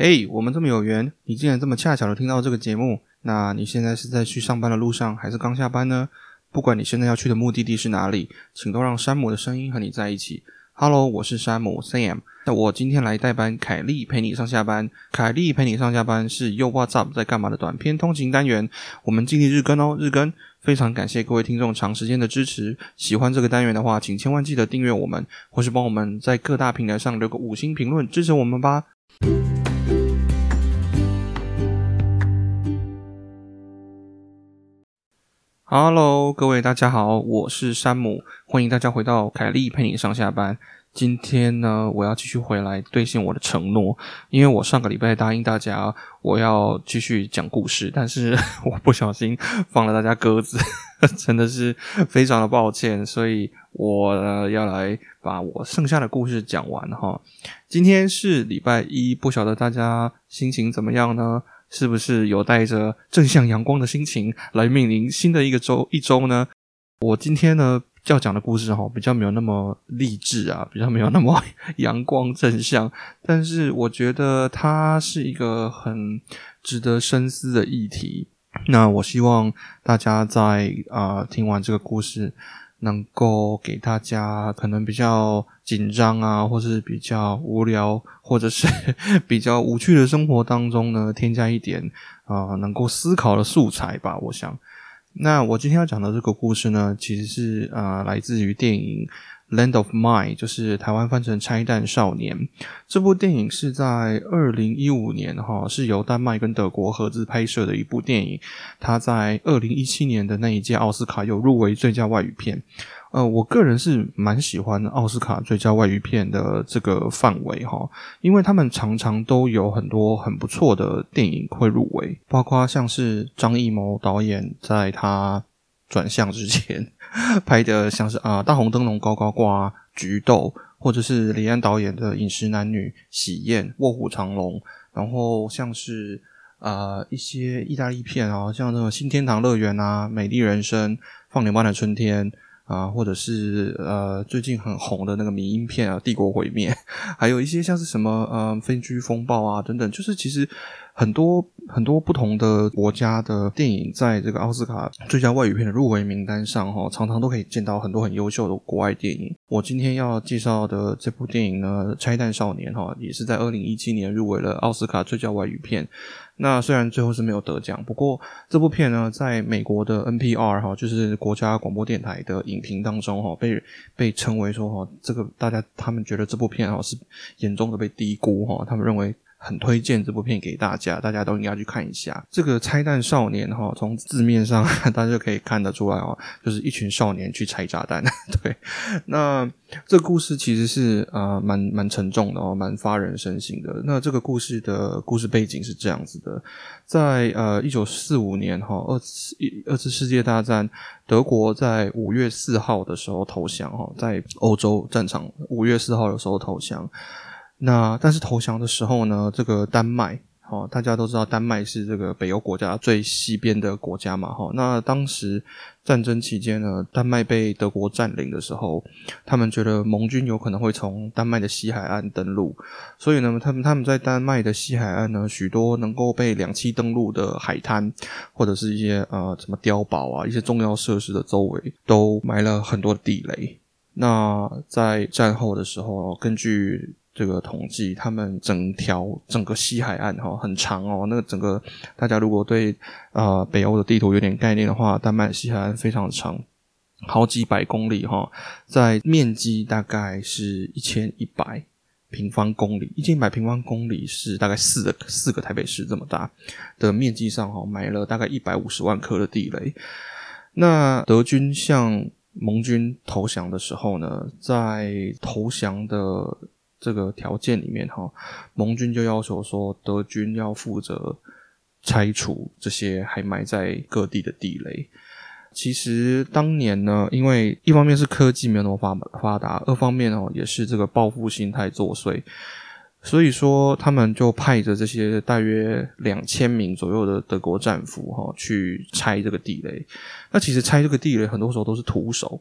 嘿，我们这么有缘，你竟然这么恰巧的听到这个节目，那你现在是在去上班的路上，还是刚下班呢？不管你现在要去的目的地是哪里，请都让山姆的声音和你在一起。Hello， 我是山姆 Sam。那我今天来代班凯莉陪你上下班。凯莉陪你上下班是 Yo What's Up 在干嘛的短篇通勤单元，我们尽力日更哦，日更。非常感谢各位听众长时间的支持，喜欢这个单元的话，请千万记得订阅我们，或是帮我们在各大平台上留个5星评论支持我们吧。Hello， 各位大家好，我是山姆，欢迎大家回到凯莉陪你上下班。今天呢，我要继续回来兑现我的承诺，因为我上个礼拜答应大家我要继续讲故事，但是我不小心放了大家鸽子，真的是非常的抱歉，所以我要来把我剩下的故事讲完哈。今天是礼拜一，不晓得大家心情怎么样呢？是不是有带着正向阳光的心情来面临新的一周呢？我今天呢要讲的故事比较没有那么励志啊，比较没有那么阳光正向，但是我觉得它是一个很值得深思的议题。那我希望大家在听完这个故事能够给大家可能比较紧张啊，或是比较无聊，或者是比较无趣的生活当中呢，添加一点能够思考的素材吧，我想。那我今天要讲的这个故事呢，其实是来自于电影Land of Mine， 就是台湾翻成拆弹少年。这部电影是在2015年是由丹麦跟德国合资拍摄的一部电影。它在2017年的那一届奥斯卡有入围最佳外语片。我个人是蛮喜欢奥斯卡最佳外语片的这个范围因为他们常常都有很多很不错的电影会入围，包括像是张艺谋导演在他转向之前拍的像是大红灯笼高高挂、菊豆，或者是李安导演的饮食男女、喜宴、卧虎藏龙，然后像是一些意大利片像那个新天堂乐园美丽人生、放牛班的春天或者是最近很红的那个迷因片帝国毁灭，还有一些像是什么飞机风暴等等，就是其实很多不同的国家的电影在这个奥斯卡最佳外语片的入围名单上常常都可以见到很多很优秀的国外电影。我今天要介绍的这部电影呢，拆弹少年也是在2017年入围了奥斯卡最佳外语片。那虽然最后是没有得奖，不过这部片呢，在美国的 NPR 就是国家广播电台的影评当中被称为说这个他们觉得这部片是严重的被低估他们认为很推荐这部片给大家都应该去看一下。这个拆弹少年从字面上大家就可以看得出来就是一群少年去拆炸弹对，那这个故事其实是蛮沉重的蛮发人深省的。那这个故事的故事背景是这样子的，在1945年二次世界大战，德国在5月4号的时候投降在欧洲战场5月4号的时候投降。那但是投降的时候呢，这个丹麦大家都知道丹麦是这个北欧国家最西边的国家嘛那当时战争期间呢，丹麦被德国占领的时候，他们觉得盟军有可能会从丹麦的西海岸登陆，所以呢他们在丹麦的西海岸呢，许多能够被两栖登陆的海滩或者是一些什么碉堡一些重要设施的周围都埋了很多地雷。那在战后的时候根据这个统计，他们整个西海岸很长那个整个大家如果对北欧的地图有点概念的话，丹麦西海岸非常长，好几百公里在面积大概是1100平方公里，1100平方公里是大概四个台北市这么大的面积上埋了大概150万颗的地雷。那德军向盟军投降的时候呢，在投降的这个条件里面盟军就要求说德军要负责拆除这些还埋在各地的地雷。其实当年呢，因为一方面是科技没有那么发达，二方面也是这个报复心态作祟，所以说他们就派着这些大约2000名左右的德国战俘去拆这个地雷。那其实拆这个地雷很多时候都是徒手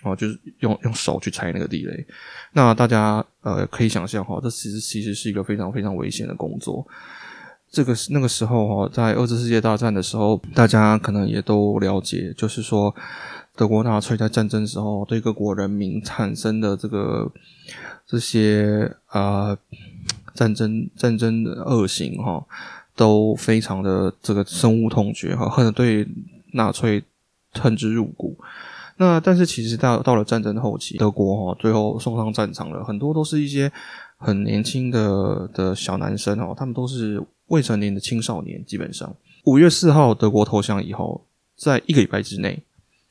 就是用手去拆那个地雷。那大家可以想象这其实是一个非常非常危险的工作。那个时候在二次世界大战的时候，大家可能也都了解，就是说德国纳粹在战争时候对各国人民产生的这些战争的恶行都非常的这个深恶痛绝恨得对纳粹恨之入骨。那但是其实到了战争后期，德国最后送上战场了，很多都是一些很年轻的小男生他们都是未成年的青少年。基本上5月4号德国投降以后，在1个礼拜之内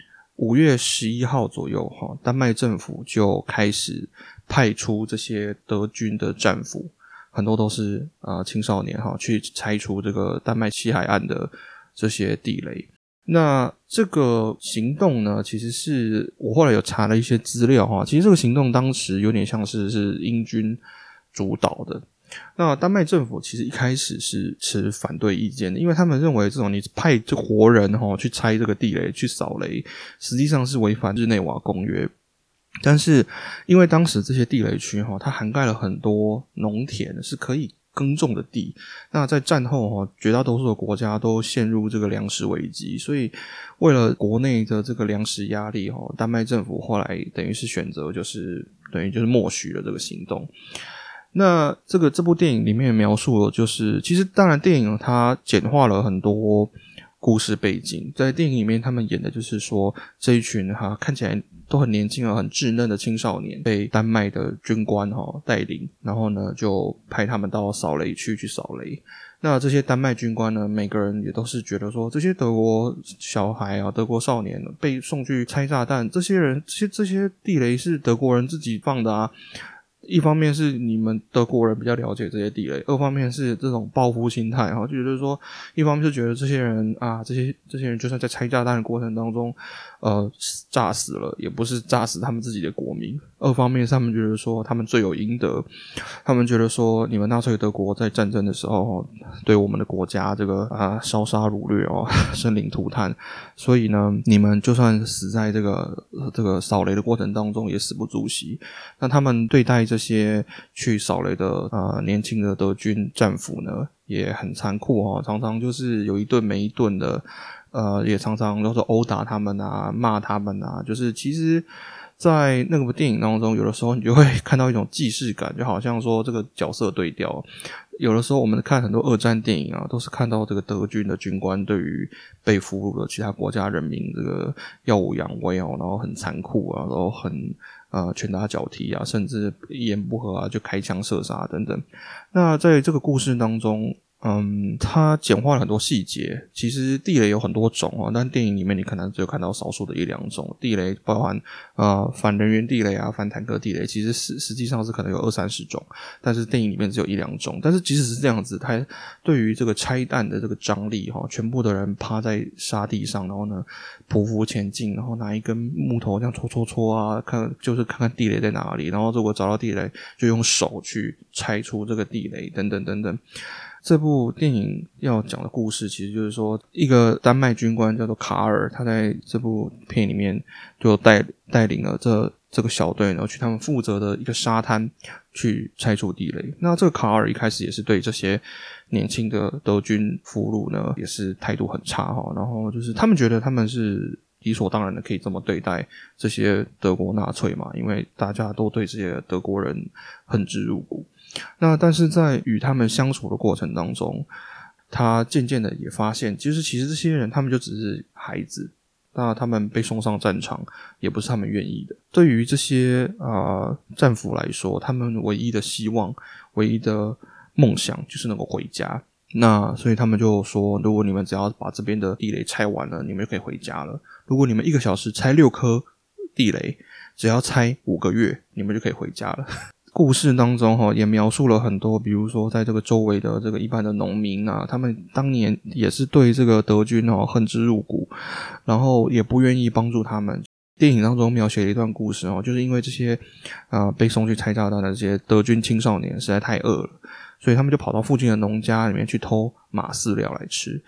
，5月11号左右丹麦政府就开始派出这些德军的战俘，很多都是青少年去拆除这个丹麦西海岸的这些地雷。那这个行动呢，其实是我后来有查了一些资料其实这个行动当时有点像是英军主导的。那丹麦政府其实一开始是持反对意见的，因为他们认为这种你派这活人去拆这个地雷去扫雷，实际上是违反日内瓦公约。但是因为当时这些地雷区它涵盖了很多农田，是可以耕种的地，那在战后绝大多数的国家都陷入这个粮食危机，所以为了国内的这个粮食压力丹麦政府后来等于是选择等于默许了这个行动。那这部电影里面描述的就是其实当然电影它简化了很多故事背景，在电影里面他们演的就是说这一群看起来都很年轻很稚嫩的青少年被丹麦的军官带领，然后呢就派他们到扫雷区去扫雷。那这些丹麦军官呢，每个人也都是觉得说这些德国小孩德国少年被送去拆炸弹，这些地雷是德国人自己放的一方面是你们德国人比较了解这些地雷，二方面是这种报复心态就觉得说，一方面就觉得这些人这些人就算在拆炸弹的过程当中炸死了，也不是炸死他们自己的国民。二方面是他们觉得说他们罪有应得，他们觉得说你们纳粹德国在战争的时候对我们的国家这个烧杀掳掠生灵涂炭，所以呢你们就算死在这个扫雷的过程当中也死不足惜。那他们对待这些去扫雷的年轻的德军战俘呢也很残酷常常就是有一顿没一顿的也常常都是殴打他们骂他们就是其实在那个电影当中有的时候你就会看到一种既视感，就好像说这个角色对调。有的时候我们看很多二战电影都是看到这个德军的军官对于被俘虏的其他国家人民这个耀武扬威然后很残酷然后很拳打脚踢甚至一言不合就开枪射杀等等。那在这个故事当中它简化了很多细节。其实地雷有很多种但电影里面你可能只有看到少数的一两种地雷，包含反人员地雷反坦克地雷，其实实际上是可能有20-30种，但是电影里面只有一两种。但是即使是这样子，它对于这个拆弹的这个张力全部的人趴在沙地上，然后呢匍匐前进，然后拿一根木头这样戳看看地雷在哪里，然后如果找到地雷就用手去拆出这个地雷等等等等。这部电影要讲的故事其实就是说一个丹麦军官叫做卡尔，他在这部片里面就带领了这个小队呢去他们负责的一个沙滩去拆除地雷。那这个卡尔一开始也是对这些年轻的德军俘虏呢也是态度很差然后就是他们觉得他们是理所当然的可以这么对待这些德国纳粹嘛，因为大家都对这些德国人恨之入骨。那但是在与他们相处的过程当中，他渐渐的也发现其实这些人他们就只是孩子，那他们被送上战场也不是他们愿意的。对于这些战俘来说，他们唯一的希望唯一的梦想就是能够回家。那所以他们就说，如果你们只要把这边的地雷拆完了，你们就可以回家了。如果你们1个小时拆6颗地雷，只要拆5个月，你们就可以回家了。故事当中也描述了很多，比如说在这个周围的这个一般的农民他们当年也是对这个德军恨之入骨，然后也不愿意帮助他们。电影当中描写了一段故事就是因为这些被送去拆炸弹的这些德军青少年实在太饿了，所以他们就跑到附近的农家里面去偷马饲料来吃。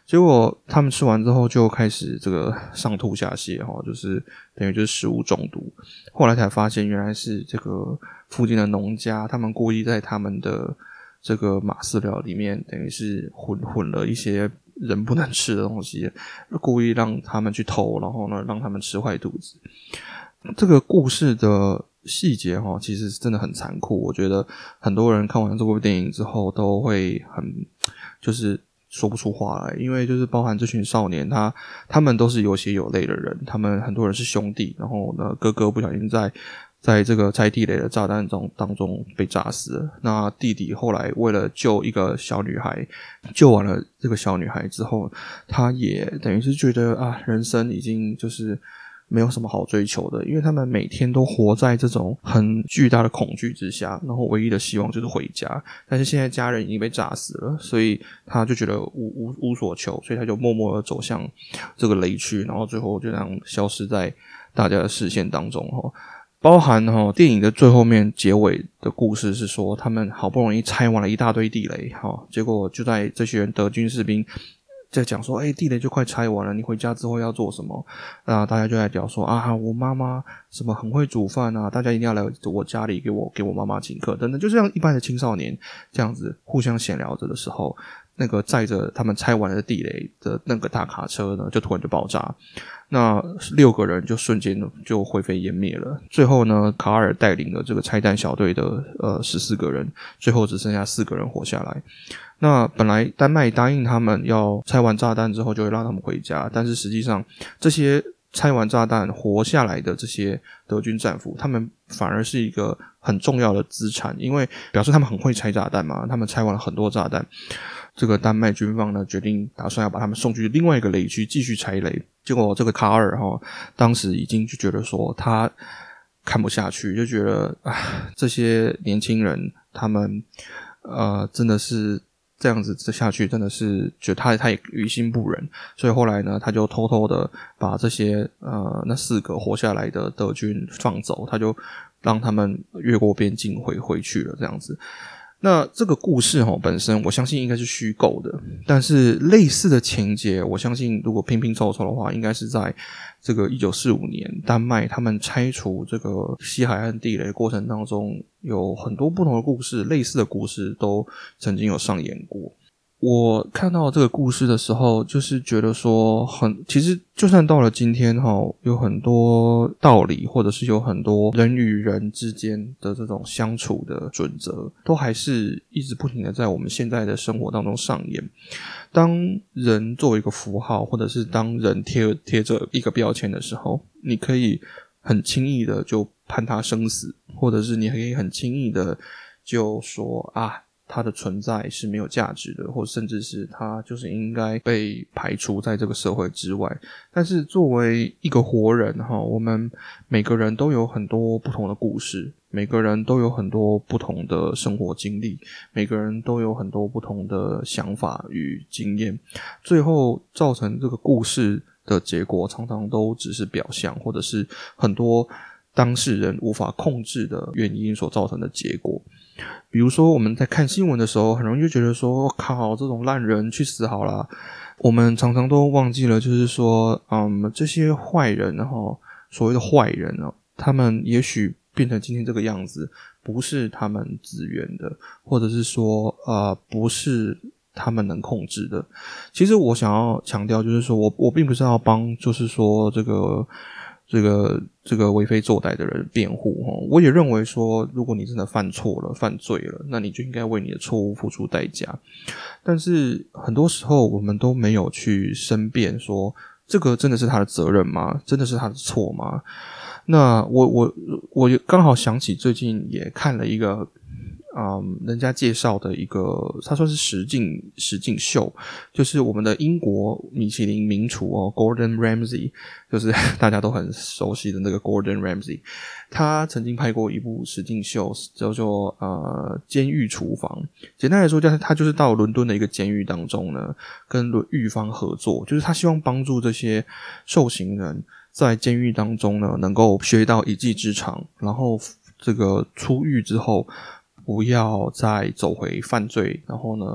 结果他们吃完之后就开始这个上吐下泻就是等于就是食物中毒。后来才发现原来是这个附近的农家，他们故意在他们的这个马饲料里面等于是混了一些人不能吃的东西，故意让他们去偷，然后呢让他们吃坏肚子。这个故事的细节其实是真的很残酷，我觉得很多人看完这部电影之后都会很就是说不出话来，因为就是包含这群少年他们都是有血有泪的人，他们很多人是兄弟，然后呢哥哥不小心在这个拆地雷的炸弹当中被炸死了，那弟弟后来为了救一个小女孩，救完了这个小女孩之后，他也等于是觉得人生已经就是没有什么好追求的，因为他们每天都活在这种很巨大的恐惧之下，然后唯一的希望就是回家，但是现在家人已经被炸死了，所以他就觉得无所求，所以他就默默的走向这个雷区，然后最后就这样消失在大家的视线当中包含电影的最后面结尾的故事是说，他们好不容易拆完了一大堆地雷结果就在这些德军士兵在讲说地雷就快拆完了，你回家之后要做什么？大家就在讲说我妈妈什么很会煮饭大家一定要来我家里给我妈妈请客等等，就像一般的青少年这样子互相闲聊着的时候，那个载着他们拆完的地雷的那个大卡车呢就突然就爆炸，那6个人就瞬间就灰飞烟灭了。最后呢，卡尔带领了这个拆弹小队的14个人，最后只剩下4个人活下来。那本来丹麦答应他们要拆完炸弹之后就会让他们回家，但是实际上这些拆完炸弹活下来的这些德军战俘，他们反而是一个很重要的资产，因为表示他们很会拆炸弹嘛，他们拆完了很多炸弹。这个丹麦军方呢决定打算要把他们送去另外一个雷区继续拆雷，结果这个卡尔当时已经就觉得说他看不下去，就觉得这些年轻人他们真的是这样子下去，真的是觉得他也于心不忍，所以后来呢他就偷偷的把这些那4个活下来的德军放走，他就让他们越过边境回去了这样子。那这个故事本身我相信应该是虚构的，但是类似的情节我相信如果拼拼凑凑的话，应该是在这个1945年丹麦他们拆除这个西海岸地雷的过程当中，有很多不同的故事，类似的故事都曾经有上演过。我看到这个故事的时候就是觉得说其实就算到了今天有很多道理，或者是有很多人与人之间的这种相处的准则，都还是一直不停的在我们现在的生活当中上演。当人作为一个符号，或者是当人贴着一个标签的时候，你可以很轻易的就判他生死，或者是你可以很轻易的就说它的存在是没有价值的，或甚至是它就是应该被排除在这个社会之外。但是作为一个活人我们每个人都有很多不同的故事，每个人都有很多不同的生活经历，每个人都有很多不同的想法与经验，最后造成这个故事的结果常常都只是表象，或者是很多当事人无法控制的原因所造成的结果。比如说我们在看新闻的时候，很容易就觉得说靠，这种烂人去死好啦。我们常常都忘记了，就是说这些坏人所谓的坏人他们也许变成今天这个样子不是他们自愿的，或者是说不是他们能控制的。其实我想要强调就是说我并不是要帮就是说这个为非作歹的人辩护我也认为说，如果你真的犯错了犯罪了，那你就应该为你的错误付出代价。但是很多时候我们都没有去申辩说这个真的是他的责任吗？真的是他的错吗？那我刚好想起最近也看了一个人家介绍的一个，他说是实境秀，就是我们的英国米其林名厨Gordon Ramsay， 就是大家都很熟悉的那个 Gordon Ramsay， 他曾经拍过一部实境秀叫做监狱厨房。简单来说他就是到伦敦的一个监狱当中呢，跟狱方合作，就是他希望帮助这些受刑人在监狱当中呢能够学到一技之长，然后这个出狱之后不要再走回犯罪，然后呢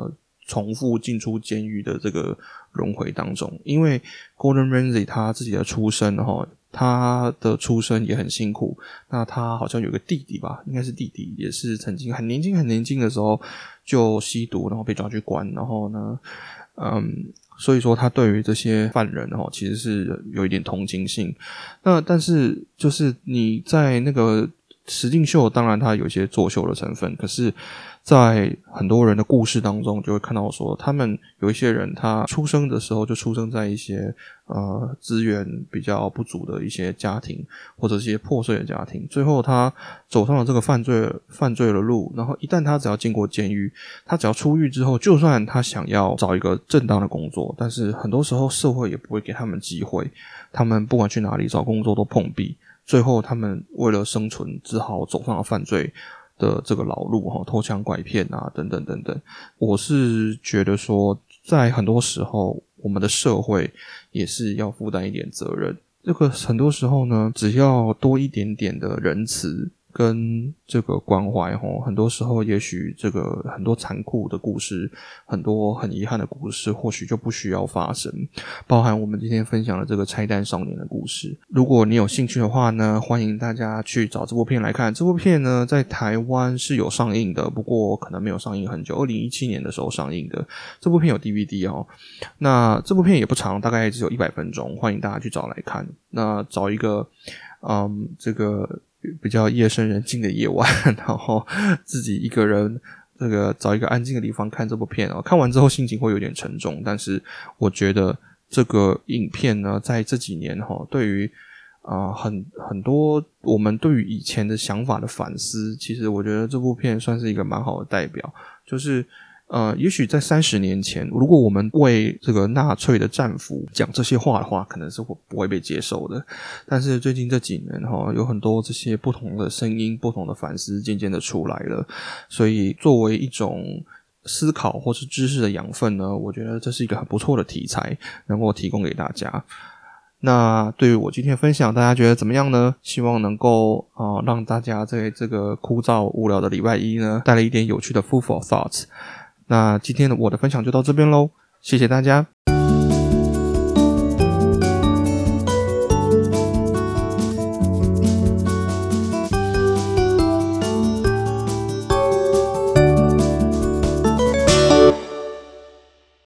重复进出监狱的这个轮回当中。因为 Gordon Ramsay 他自己的出身他的出身也很辛苦，那他好像有个弟弟吧，应该是弟弟，也是曾经很年轻的时候就吸毒，然后被抓去关，然后呢所以说他对于这些犯人其实是有一点同情性。那但是就是你在那个实境秀，当然他有一些作秀的成分，可是在很多人的故事当中就会看到说，他们有一些人他出生的时候就出生在一些资源比较不足的一些家庭，或者是一些破碎的家庭，最后他走上了这个犯罪的路，然后一旦他只要进过监狱，他只要出狱之后，就算他想要找一个正当的工作，但是很多时候社会也不会给他们机会，他们不管去哪里找工作都碰壁，最后他们为了生存只好走上了犯罪的这个老路，偷抢拐骗啊等等等等。我是觉得说在很多时候我们的社会也是要负担一点责任，这个很多时候呢，只要多一点点的仁慈跟这个关怀很多时候也许这个很多残酷的故事，很多很遗憾的故事或许就不需要发生，包含我们今天分享的这个拆弹少年的故事。如果你有兴趣的话呢，欢迎大家去找这部片来看。这部片呢在台湾是有上映的，不过可能没有上映很久，2017年的时候上映的。这部片有 DVD 那这部片也不长，大概只有100分钟，欢迎大家去找来看。那找一个这个比较夜深人静的夜晚，然后自己一个人这个找一个安静的地方看这部片看完之后心情会有点沉重，但是我觉得这个影片呢在这几年对于很多我们对于以前的想法的反思，其实我觉得这部片算是一个蛮好的代表。就是也许在30年前，如果我们为这个纳粹的战俘讲这些话的话，可能是不会被接受的。但是最近这几年有很多这些不同的声音，不同的反思渐渐的出来了，所以作为一种思考或是知识的养分呢，我觉得这是一个很不错的题材，能够提供给大家。那对于我今天的分享，大家觉得怎么样呢？希望能够让大家在这个枯燥无聊的礼拜一呢，带来一点有趣的 food for thoughts。那今天我的分享就到这边咯，谢谢大家。